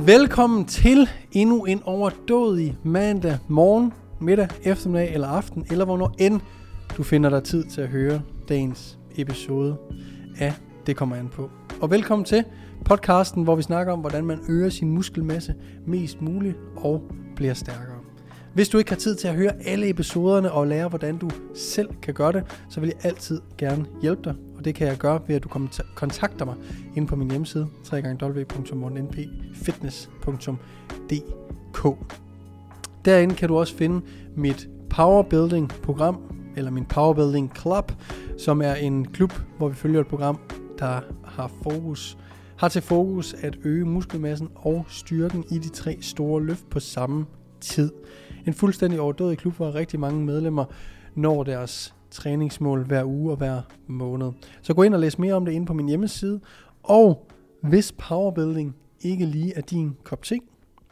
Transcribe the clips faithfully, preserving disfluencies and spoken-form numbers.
Velkommen til endnu en overdådig mandag morgen, middag, eftermiddag eller aften, eller hvornår end du finder dig tid til at høre dagens episode af Det kommer an på. Og velkommen til podcasten, hvor vi snakker om, hvordan man øger sin muskelmasse mest muligt og bliver stærkere. Hvis du ikke har tid til at høre alle episoderne og lære, hvordan du selv kan gøre det, så vil jeg altid gerne hjælpe dig. Og det kan jeg gøre ved, at du kontakter mig inde på min hjemmeside, w w w punktum morten n p fitness punktum d k. Derinde kan du også finde mit Powerbuilding-program, eller min Powerbuilding Club, som er en klub, hvor vi følger et program, der har fokus, har til fokus at øge muskelmassen og styrken i de tre store løft på samme tid. En fuldstændig overdådig klub, hvor rigtig mange medlemmer når deres træningsmål hver uge og hver måned. Så gå ind og læs mere om det inde på min hjemmeside. Og hvis powerbuilding ikke lige er din kop te,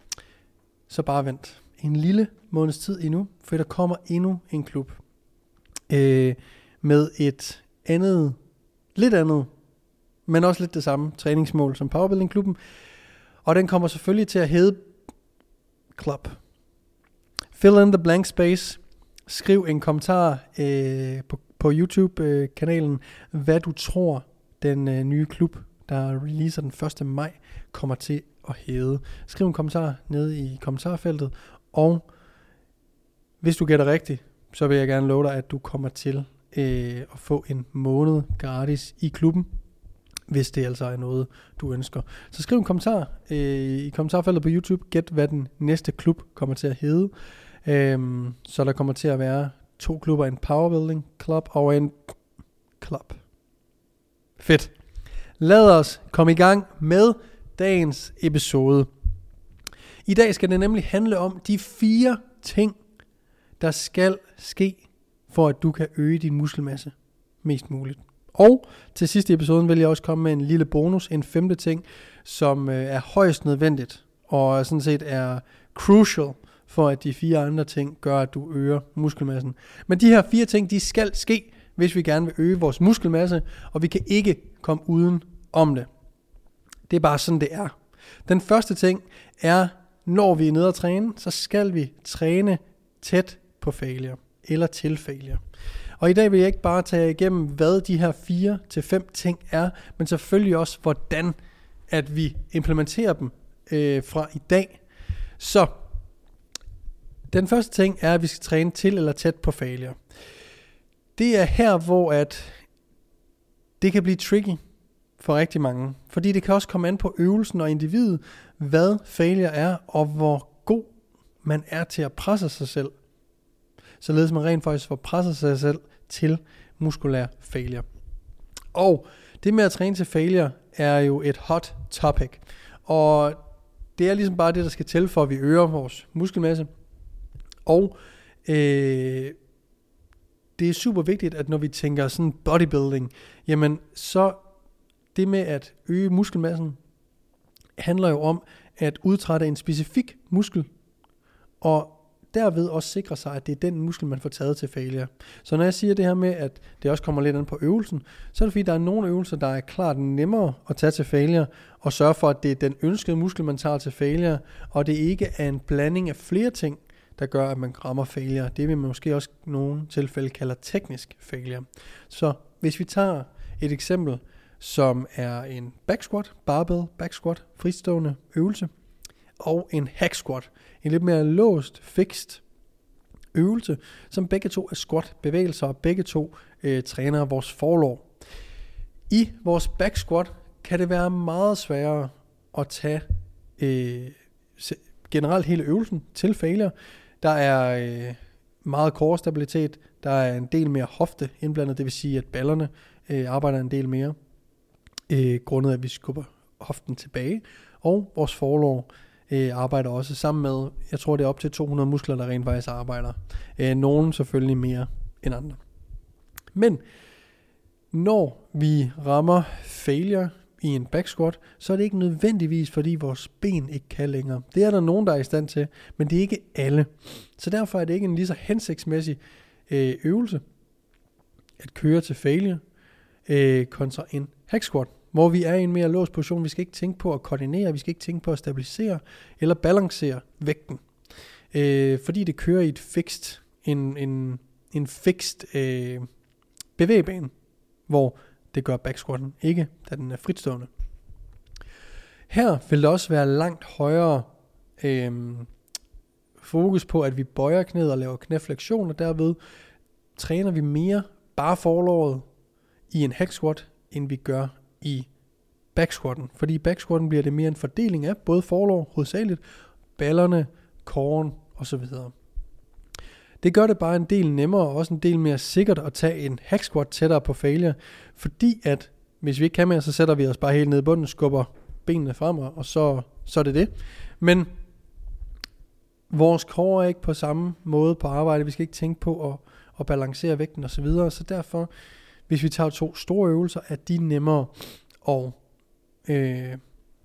så bare vent en lille måneds tid endnu, for der kommer endnu en klub øh, med et andet, lidt andet, men også lidt det samme træningsmål som powerbuilding-klubben. Og den kommer selvfølgelig til at hedde Club. Fill in the blank space. Skriv en kommentar øh, på, på YouTube-kanalen, hvad du tror, den øh, nye klub, der releaser den første maj, kommer til at hedde. Skriv en kommentar nede i kommentarfeltet, og hvis du gætter rigtigt, så vil jeg gerne love dig, at du kommer til øh, at få en måned gratis i klubben, hvis det altså er noget, du ønsker. Så skriv en kommentar øh, i kommentarfeltet på YouTube, gæt hvad den næste klub kommer til at hedde. Øhm, så der kommer til at være to klubber, en Powerbuilding Club og en Club. Fedt. Lad os komme i gang med dagens episode. I dag skal det nemlig handle om de fire ting, der skal ske, for at du kan øge din muskelmasse mest muligt. Og til sidst i episoden vil jeg også komme med en lille bonus, en femte ting, som øh, er højst nødvendigt og sådan set er crucial, for at de fire andre ting gør, at du øger muskelmassen. Men de her fire ting, de skal ske, hvis vi gerne vil øge vores muskelmasse, og vi kan ikke komme uden om det. Det er bare sådan, det er. Den første ting er, når vi er nede at træne, så skal vi træne tæt på failure, eller til failure. Og i dag vil jeg ikke bare tage igennem, hvad de her fire til fem ting er, men selvfølgelig også, hvordan at vi implementerer dem øh, fra i dag. Så den første ting er, at vi skal træne til eller tæt på failure. Det er her, hvor at det kan blive tricky for rigtig mange. Fordi det kan også komme an på øvelsen og individet, hvad failure er, og hvor god man er til at presse sig selv. Således man rent faktisk får presset sig selv til muskulær failure. Og det med at træne til failure er jo et hot topic. Og det er ligesom bare det, der skal til, for at vi øger vores muskelmasse. Og øh, det er super vigtigt, at når vi tænker sådan bodybuilding, jamen så det med at øge muskelmassen handler jo om at udtrætte en specifik muskel, og derved også sikre sig, at det er den muskel, man får taget til failure. Så når jeg siger det her med, at det også kommer lidt an på øvelsen, så er det fordi, der er nogle øvelser, der er klart nemmere at tage til failure, og sørge for, at det er den ønskede muskel, man tager til failure, og det ikke er en blanding af flere ting, der gør, at man rammer failure. Det vil man måske også i nogle tilfælde kalder teknisk failure. Så hvis vi tager et eksempel, som er en back squat, barbell back squat, fristående øvelse, og en hack squat, en lidt mere låst, fixed øvelse, som begge to er squat bevægelser, og begge to øh, træner vores forlår. I vores back squat kan det være meget sværere at tage øh, generelt hele øvelsen til failure. Der er øh, meget core stabilitet, der er en del mere hofte indblandet, det vil sige, at ballerne øh, arbejder en del mere, øh, grundet at vi skubber hoften tilbage, og vores forlår øh, arbejder også sammen med, jeg tror det er op til to hundrede muskler, der rent faktisk arbejder. Øh, nogle selvfølgelig mere end andre. Men når vi rammer failure i en back squat, så er det ikke nødvendigvis, fordi vores ben ikke kan længere. Det er der nogen, der er i stand til, men det er ikke alle. Så derfor er det ikke en lige så hensigtsmæssig øh, øvelse at køre til failure øh, kontra en hack squat, hvor vi er i en mere låst position. Vi skal ikke tænke på at koordinere, vi skal ikke tænke på at stabilisere eller balancere vægten. Øh, fordi det kører i et fixed, en, en, en fixed øh, bevægebane, hvor det gør backsquatten ikke, da den er fritstående. Her vil der også være langt højere øh, fokus på, at vi bøjer knæet og laver knæflektion, og derved træner vi mere bare forlåret i en hack squat, end vi gør i backsquatten. Fordi i backsquatten bliver det mere en fordeling af både forlår, hovedsageligt, ballerne, kåren osv. Det gør det bare en del nemmere og også en del mere sikkert at tage en hack squat tættere på failure, fordi at hvis vi ikke kan mere, så sætter vi os bare helt ned i bunden, skubber benene frem, og så, så er det det. Men vores core er ikke på samme måde på arbejde. Vi skal ikke tænke på at, at balancere vægten og så videre. Så derfor, hvis vi tager to store øvelser, er de nemmere at øh,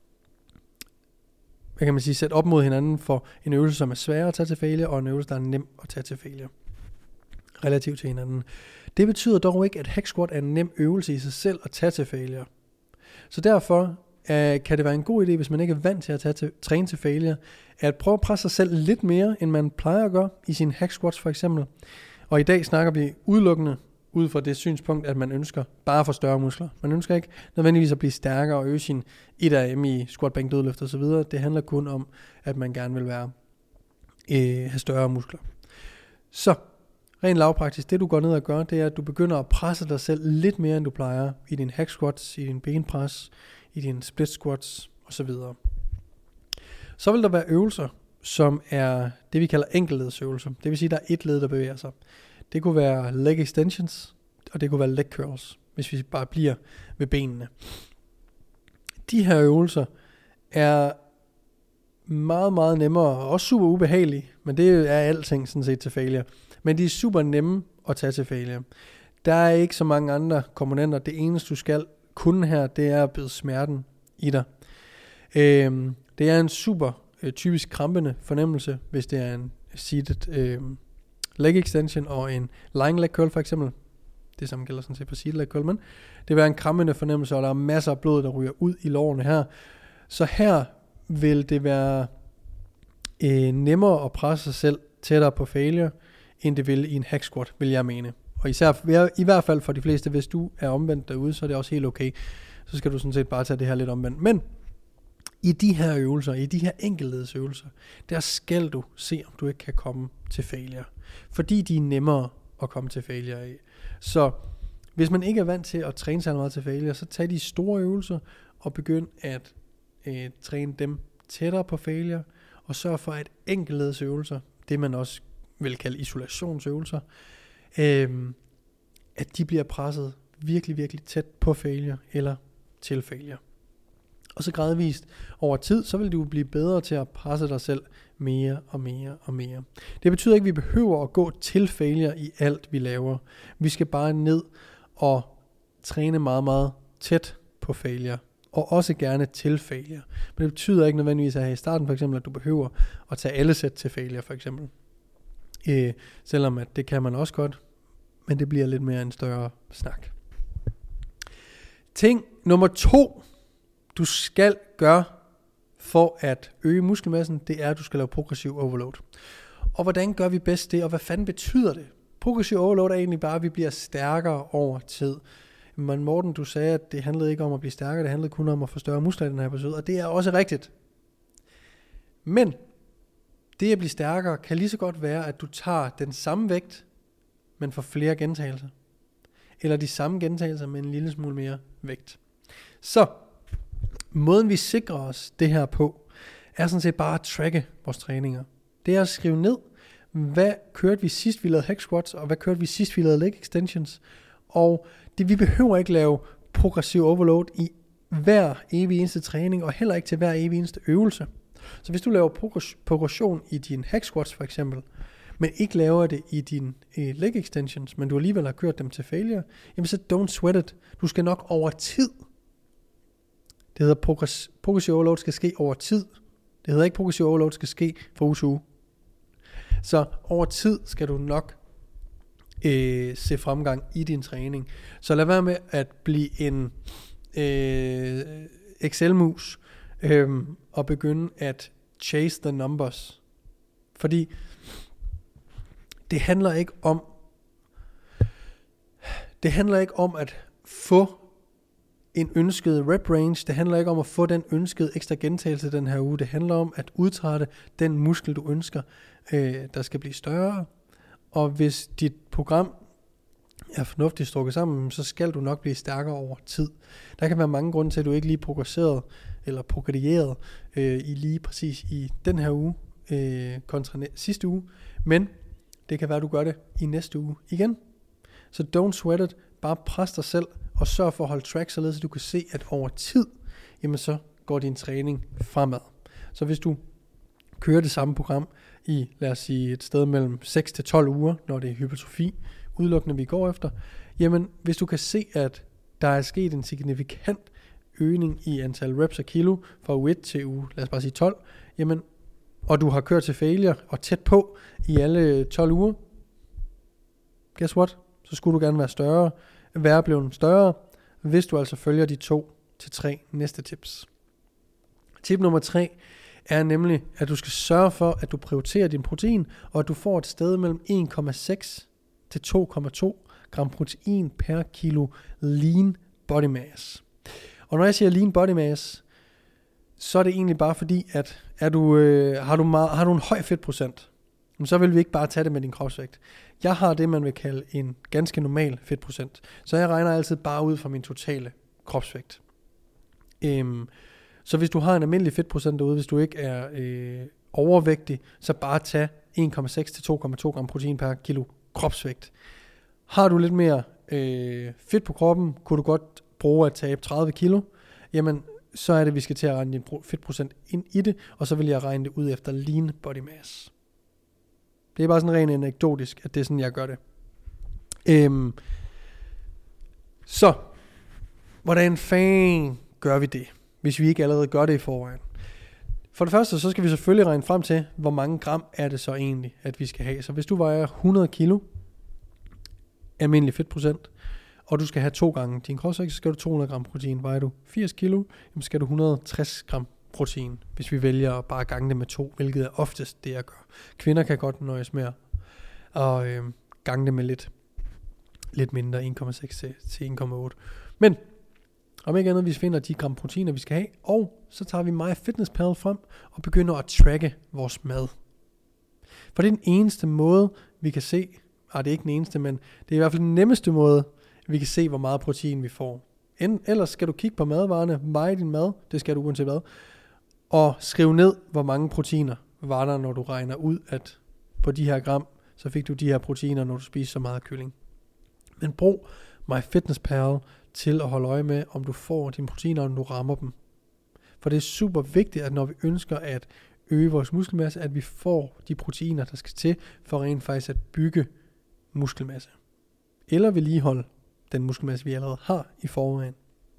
hvad kan man sige, sætte op mod hinanden for en øvelse, som er sværere at tage til failure, og en øvelse, der er nem at tage til failure. Relativt til hinanden. Det betyder dog ikke, at hack squat er en nem øvelse i sig selv at tage til failure. Så derfor Uh, kan det være en god idé, hvis man ikke er vant til at tage til, træne til failure, at prøve at presse sig selv lidt mere, end man plejer at gøre i sine hack squats for eksempel. Og i dag snakker vi udelukkende ud fra det synspunkt, at man ønsker bare at få større muskler. Man ønsker ikke nødvendigvis at blive stærkere og øge sin et R M i squat, bænk, dødløft og så videre. Det handler kun om, at man gerne vil være øh, have større muskler. Så rent lavpraktisk, det du går ned og gør, det er, at du begynder at presse dig selv lidt mere, end du plejer i din hack squats, i din benpres, i dine split squats og så videre. Så vil der være øvelser, som er det vi kalder enkeltledsøvelser. Det vil sige, at der er et led, der bevæger sig. Det kunne være leg extensions, og det kunne være leg curls, hvis vi bare bliver ved benene. De her øvelser er meget, meget nemmere, og også super ubehagelige, men det er alting sådan set til failure. Men de er super nemme at tage til failure. Der er ikke så mange andre komponenter. Det eneste du skal kunne her, det er at bide smerten i dig. Øhm, det er en super øh, typisk krampende fornemmelse, hvis det er en seated øh, leg extension og en lying leg curl for eksempel. Det samme gælder sådan set på seated leg curl, men det vil være en krampende fornemmelse, og der er masser af blod, der ryger ud i lårene her. Så her vil det være øh, nemmere at presse sig selv tættere på failure, end det vil i en hack squat, vil jeg mene. Og især, i hvert fald for de fleste, hvis du er omvendt derude, så er det også helt okay. Så skal du sådan set bare tage det her lidt omvendt. Men i de her øvelser, i de her enkeltledsøvelser, der skal du se, om du ikke kan komme til failure. Fordi de er nemmere at komme til failure af. Så hvis man ikke er vant til at træne sig meget til failure, så tag de store øvelser og begynd at øh, træne dem tættere på failure. Og sørg for, at enkeltledsøvelser, det man også vil kalde isolationsøvelser, Øhm, at de bliver presset virkelig, virkelig tæt på failure eller til failure. Og så gradvist over tid, så vil du blive bedre til at presse dig selv mere og mere og mere. Det betyder ikke, at vi behøver at gå til failure i alt, vi laver. Vi skal bare ned og træne meget, meget tæt på failure. Og også gerne til failure. Men det betyder ikke nødvendigvis at her i starten for eksempel, at du behøver at tage alle sæt til failure for eksempel. Øh, selvom at det kan man også godt, men det bliver lidt mere en større snak. Ting nummer to, du skal gøre for at øge muskelmassen, det er, at du skal lave progressiv overload. Og hvordan gør vi bedst det, og hvad fanden betyder det? Progressiv overload er egentlig bare, at vi bliver stærkere over tid. Men Morten, du sagde, at det handlede ikke om at blive stærkere, det handlede kun om at få større muskler i den her episode, og det er også rigtigt. Men det at blive stærkere kan lige så godt være, at du tager den samme vægt, men får flere gentagelser. Eller de samme gentagelser med en lille smule mere vægt. Så måden vi sikrer os det her på, er sådan set bare at tracke vores træninger. Det er at skrive ned, hvad kørte vi sidst vi lavede hack squats, og hvad kørte vi sidst vi lavede leg extensions. Og det, vi behøver ikke lave progressiv overload i hver evig eneste træning, og heller ikke til hver evig eneste øvelse. Så hvis du laver progression i din hack squats for eksempel, men ikke laver det i din eh, leg extensions, men du alligevel har kørt dem til failure, jamen så don't sweat it. Du skal nok over tid. Det hedder progress, progressive overload skal ske over tid. Det hedder ikke progressive overload skal ske fra uge til uge. Så over tid skal du nok eh, se fremgang i din træning. Så lad være med at blive en øh, Excel-mus øh, og begynde at chase the numbers. Fordi det handler ikke om det handler ikke om at få en ønsket rep range. Det handler ikke om at få den ønskede ekstra gentagelse den her uge. Det handler om at udtrætte den muskel, du ønsker, øh, der skal blive større. Og hvis dit program er fornuftigt strukket sammen, så skal du nok blive stærkere over tid. Der kan være mange grunde til, at du ikke lige progresserede eller progredierede øh, i lige præcis i den her uge øh, kontra næ- sidste uge. Men det kan være, at du gør det i næste uge igen. Så don't sweat it. Bare pres dig selv og sørg for at holde track, således at du kan se, at over tid, jamen så går din træning fremad. Så hvis du kører det samme program i, lad os sige, et sted mellem seks til tolv uger, når det er hypertrofi, udelukkende vi går efter, jamen hvis du kan se, at der er sket en signifikant øgning i antal reps og kilo fra uge et til uge, lad os bare sige tolv, jamen, og du har kørt til failure og tæt på i alle tolv uger, guess what? Så skulle du gerne være større, være blevet større, hvis du altså følger de to til tre næste tips. Tip nummer tre er nemlig, at du skal sørge for, at du prioriterer din protein, og at du får et sted mellem en komma seks til to komma to gram protein per kilo lean body mass. Og når jeg siger lean body mass, så er det egentlig bare fordi, at er du, øh, har, du meget, har du en høj fedtprocent, så vil vi ikke bare tage det med din kropsvægt. Jeg har det, man vil kalde en ganske normal fedtprocent. Så jeg regner altid bare ud fra min totale kropsvægt. Øhm, så hvis du har en almindelig fedtprocent derude, hvis du ikke er øh, overvægtig, så bare tag en komma seks til to komma to gram protein per kilo kropsvægt. Har du lidt mere øh, fedt på kroppen, kunne du godt bruge at tabe tredive kilo, jamen så er det, vi skal til at regne din fedtprocent ind i det, og så vil jeg regne det ud efter lean body mass. Det er bare sådan rent anekdotisk, at det er sådan, jeg gør det. Øhm, så, hvordan fanden gør vi det, hvis vi ikke allerede gør det i forvejen? For det første, så skal vi selvfølgelig regne frem til, hvor mange gram er det så egentlig, at vi skal have. Så hvis du vejer hundrede kilo, almindelig fedtprocent, og du skal have to gange din kropsvægt, så skal du to hundrede gram protein. Vejer du firs kilo, så skal du et hundrede og tres gram protein, hvis vi vælger at bare gange det med to, hvilket er oftest det, jeg gør. Kvinder kan godt nøjes med at øh, gange det med lidt, lidt mindre, en komma seks til en komma otte. Men om ikke andet, vi finder de gram proteiner, vi skal have, og så tager vi MyFitnessPal frem og begynder at tracke vores mad. For det er den eneste måde, vi kan se, ah, det er ikke den eneste, men det er i hvert fald den nemmeste måde, vi kan se, hvor meget protein vi får. Ellers skal du kigge på madvarerne, veje din mad, det skal du uanset hvad, og skrive ned, hvor mange proteiner var der, når du regner ud, at på de her gram, så fik du de her proteiner, når du spiser så meget kylling. Men brug MyFitnessPal til at holde øje med, om du får dine proteiner, når du rammer dem. For det er super vigtigt, at når vi ønsker at øge vores muskelmasse, at vi får de proteiner, der skal til, for rent faktisk at bygge muskelmasse. Eller vedligeholde den muskelmasse, vi allerede har i forvejen.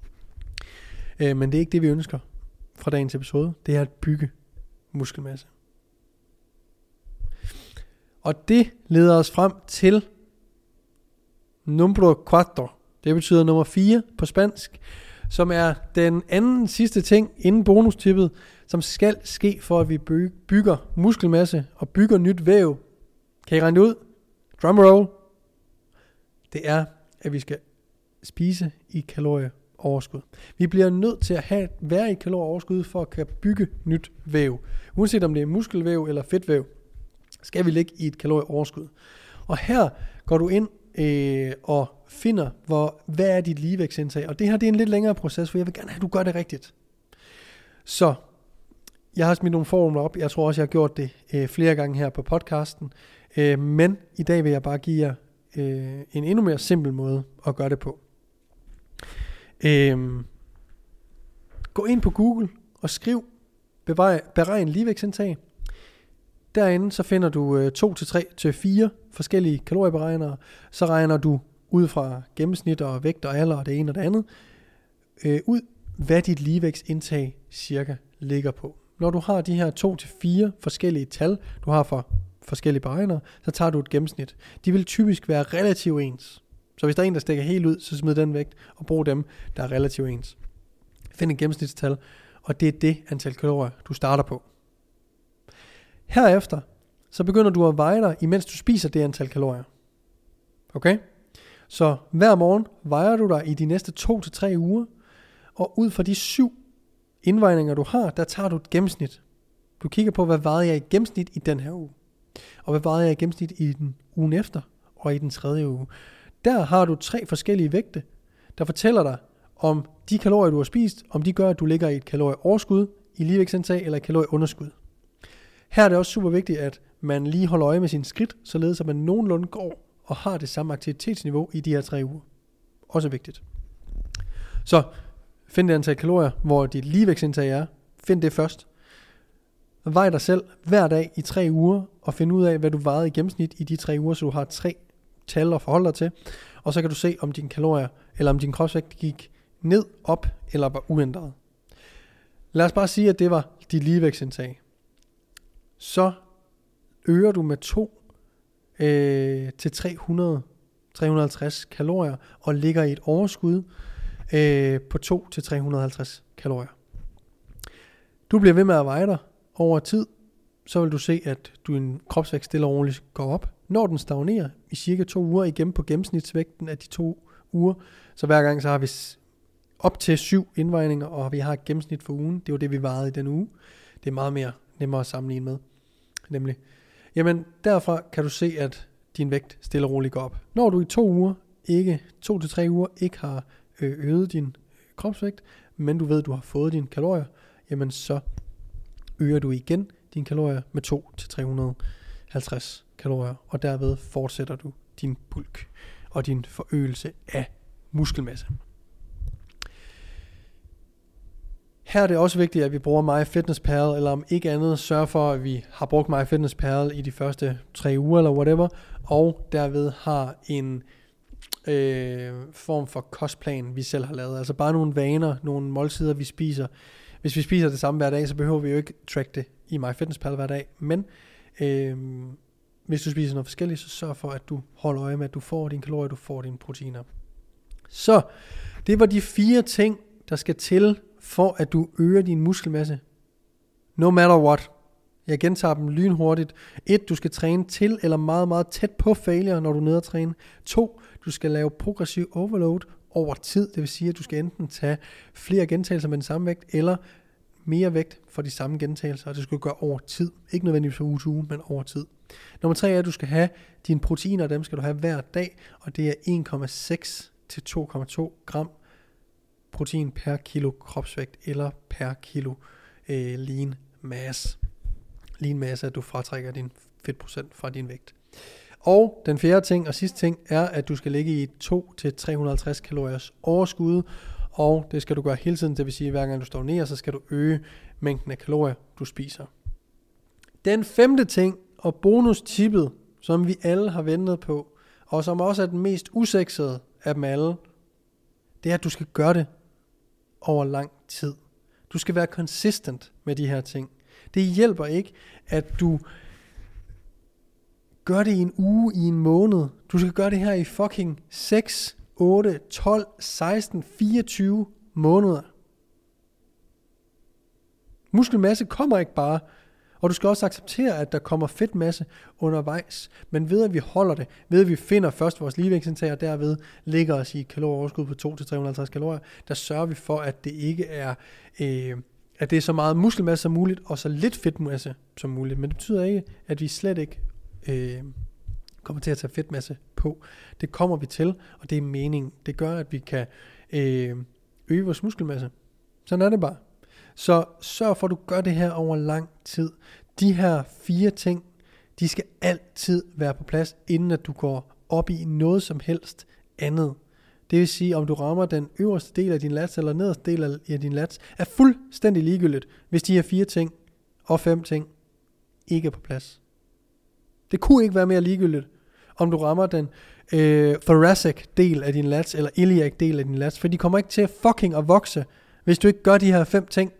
Øh, men det er ikke det, vi ønsker fra dagens episode. Det er at bygge muskelmasse. Og det leder os frem til numero cuatro. Det betyder nummer fire på spansk, som er den anden sidste ting inden bonustippet, som skal ske for, at vi bygger muskelmasse og bygger nyt væv. Kan I regne det ud? Drumroll. Det er, at vi skal spise i kalorieoverskud. Vi bliver nødt til at have, være i kalorieoverskud for at kan bygge nyt væv. Uanset om det er muskelvæv eller fedtvæv, skal vi ligge i et kalorieoverskud. Og her går du ind øh, og finder, hvor, hvad er dit ligevægtsindtag. Og det her det er en lidt længere proces, for jeg vil gerne have, at du gør det rigtigt. Så jeg har smidt nogle formler op. Jeg tror også, jeg har gjort det øh, flere gange her på podcasten. Øh, men i dag vil jeg bare give jer øh, en endnu mere simpel måde at gøre det på. Øh, gå ind på Google og skriv beregn, beregn ligevægtsindtag. Derinde så finder du øh, to til tre til fire forskellige kalorieberegnere. Så regner du ud fra gennemsnit og vægt og alder og det ene og det andet øh, ud, hvad dit ligevægtsindtag cirka ligger på. Når du har de her to til fire forskellige tal, du har for forskellige beregnere, så tager du et gennemsnit. De vil typisk være relativt ens. Så hvis der er en, der stikker helt ud, så smid den vægt og brug dem, der er relativt ens. Find et gennemsnitstal, og det er det antal kalorier, du starter på. Herefter, så begynder du at veje dig, imens du spiser det antal kalorier. Okay? Så hver morgen vejer du dig i de næste to til tre uger, og ud fra de syv indvejninger, du har, der tager du et gennemsnit. Du kigger på, hvad vejede jeg i gennemsnit i den her uge, og hvad vejede jeg i gennemsnit i den ugen efter, og i den tredje uge. Der har du tre forskellige vægte, der fortæller dig, om de kalorier, du har spist, om de gør, at du ligger i et kalorieoverskud, i ligevægtsindtag eller et kalorieunderskud. Her er det også super vigtigt, at man lige holder øje med sine skridt, således at man nogenlunde går og har det samme aktivitetsniveau i de her tre uger. Også vigtigt. Så find det antal kalorier, hvor dit ligevægtsindtag er. Find det først. Vej dig selv hver dag i tre uger, og find ud af, hvad du vejede i gennemsnit i de tre uger, så du har tre tal at forholde dig til. Og så kan du se, om dine kalorier, eller om din kropsvægt gik ned, op, eller var uændret. Lad os bare sige, at det var dit ligevægtsindtag. Så øger du med to øh, til tre hundrede til tre hundrede og halvtreds kalorier, og ligger i et overskud øh, på to til tre hundrede og halvtreds kalorier. Du bliver ved med at veje dig over tid, så vil du se, at din kropsvægt stille og roligt går op. Når den stagnerer i cirka to uger, igen på gennemsnitsvægten af de to uger, så hver gang så har vi op til syv indvejninger, og vi har et gennemsnit for ugen. Det var det, vi vejede i den uge. Det er meget mere nemmere at sammenligne med. Nemlig. Jamen, derfra kan du se, at din vægt stille og roligt går op. Når du i to uger, ikke to til tre uger, ikke har øget din kropsvægt, men du ved, at du har fået dine kalorier, jamen så øger du igen dine kalorier med to til tre hundrede og halvtreds kalorier, og derved fortsætter du din bulk og din forøgelse af muskelmasse. Her er det også vigtigt, at vi bruger MyFitnessPal, eller om ikke andet, sørg for, at vi har brugt MyFitnessPal i de første tre uger, eller whatever, og derved har en øh, form for kostplan, vi selv har lavet. Altså bare nogle vaner, nogle måltider, vi spiser. Hvis vi spiser det samme hver dag, så behøver vi jo ikke track det i MyFitnessPal hver dag, men øh, hvis du spiser noget forskelligt, så sørg for, at du holder øje med, at du får dine kalorier, du får dine proteiner. Så det var de fire ting, der skal til, for at du øger din muskelmasse. No matter what. Jeg gentager dem lynhurtigt. et. Du skal træne til eller meget, meget tæt på failure, når du er nede at træne. to. Du skal lave progressiv overload over tid. Det vil sige, at du skal enten tage flere gentagelser med den samme vægt, eller mere vægt for de samme gentagelser, og det skal du gøre over tid. Ikke nødvendigvis fra uge til uge, men over tid. Nummer tre er, at du skal have dine proteiner, dem skal du have hver dag, og det er en komma seks til to komma to gram protein per kilo kropsvægt, eller per kilo øh, lean mass. Lean mass er, at du fratrækker din fedtprocent fra din vægt. Og den fjerde ting og sidste ting er, at du skal ligge i to til tre hundrede og halvtreds kaloriers overskud, og det skal du gøre hele tiden, det vil sige, at hver gang du står ned, så skal du øge mængden af kalorier, du spiser. Den femte ting og bonustippet, som vi alle har ventet på, og som også er den mest usexede af dem alle, det er, at du skal gøre det over lang tid. Du skal være consistent med de her ting. Det hjælper ikke, at du gør det i en uge, i en måned. Du skal gøre det her i fucking seks, otte, tolv, seksten, fireogtyve måneder. Muskelmasse kommer ikke bare, og du skal også acceptere, at der kommer fedtmasse undervejs. Men ved at vi holder det, ved at vi finder først vores ligevægtsindtag, og derved ligger os i et kalorieoverskud på to til tre hundrede og halvtreds kalorier, der sørger vi for, at det ikke er, øh, at det er så meget muskelmasse som muligt, og så lidt fedtmasse som muligt. Men det betyder ikke, at vi slet ikke øh, kommer til at tage fedtmasse på. Det kommer vi til, og det er meningen. Det gør, at vi kan øh, øge vores muskelmasse. Sådan er det bare. Så sørg for, at du gør det her over lang tid. De her fire ting, de skal altid være på plads, inden at du går op i noget som helst andet. Det vil sige, om du rammer den øverste del af din lats, eller nederste del af din lats, er fuldstændig ligegyldigt, hvis de her fire ting og fem ting ikke er på plads. Det kunne ikke være mere ligegyldigt, om du rammer den øh, thoracic del af din lats, eller iliac del af din lats, for de kommer ikke til at fucking at vokse, hvis du ikke gør de her fem ting.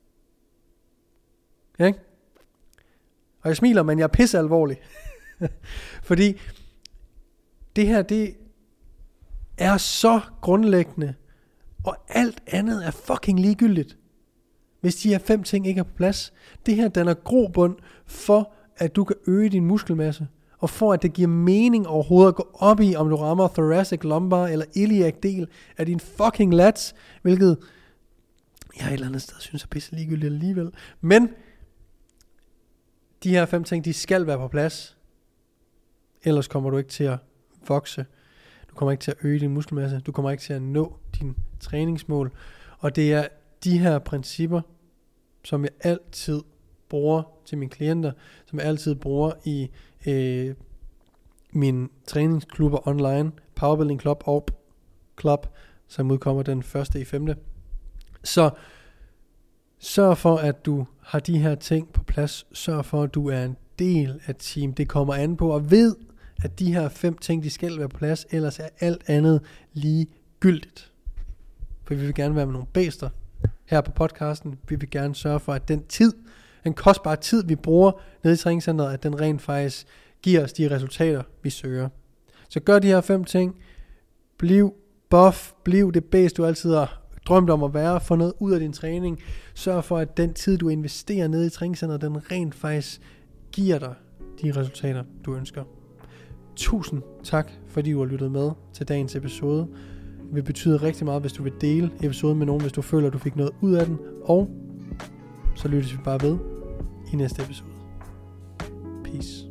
Ja, ikke? Og jeg smiler, men jeg er pisse alvorlig. Fordi det her, det er så grundlæggende Og alt andet er fucking ligegyldigt, hvis de her fem ting ikke er på plads. Det her danner grobund for, at du kan øge din muskelmasse, og for at det giver mening overhovedet at gå op i, om du rammer thoracic, lumbar eller iliac del af din fucking lats, hvilket jeg et eller andet sted synes er pisse ligegyldigt alligevel. Men de her fem ting, de skal være på plads, ellers kommer du ikke til at vokse. Du kommer ikke til at øge din muskelmasse. Du kommer ikke til at nå din træningsmål. Og det er de her principper, som jeg altid bruger til mine klienter, som jeg altid bruger i øh, mine træningsklubber online, Powerbuilding Club og Club, som udkommer den første i femte. Så sørg for, at du har de her ting på plads. Sørg for, at du er en del af team. Det kommer an på, og ved, at de her fem ting, de skal være på plads, ellers er alt andet ligegyldigt. For vi vil gerne være med nogle bæster her på podcasten. Vi vil gerne sørge for, at den tid, den kostbare tid, vi bruger nede i træningscenteret, at den rent faktisk giver os de resultater, vi søger. Så gør de her fem ting. Bliv buff. Bliv det bedste, du altid har drømt om at være. Få noget ud af din træning. Sørg for, at den tid, du investerer nede i træningscenteret, den rent faktisk giver dig de resultater, du ønsker. Tusind tak, fordi du har lyttet med til dagens episode. Det vil betyde rigtig meget, hvis du vil dele episoden med nogen, hvis du føler, at du fik noget ud af den. Og så lyttes vi bare ved i næste episode. Peace.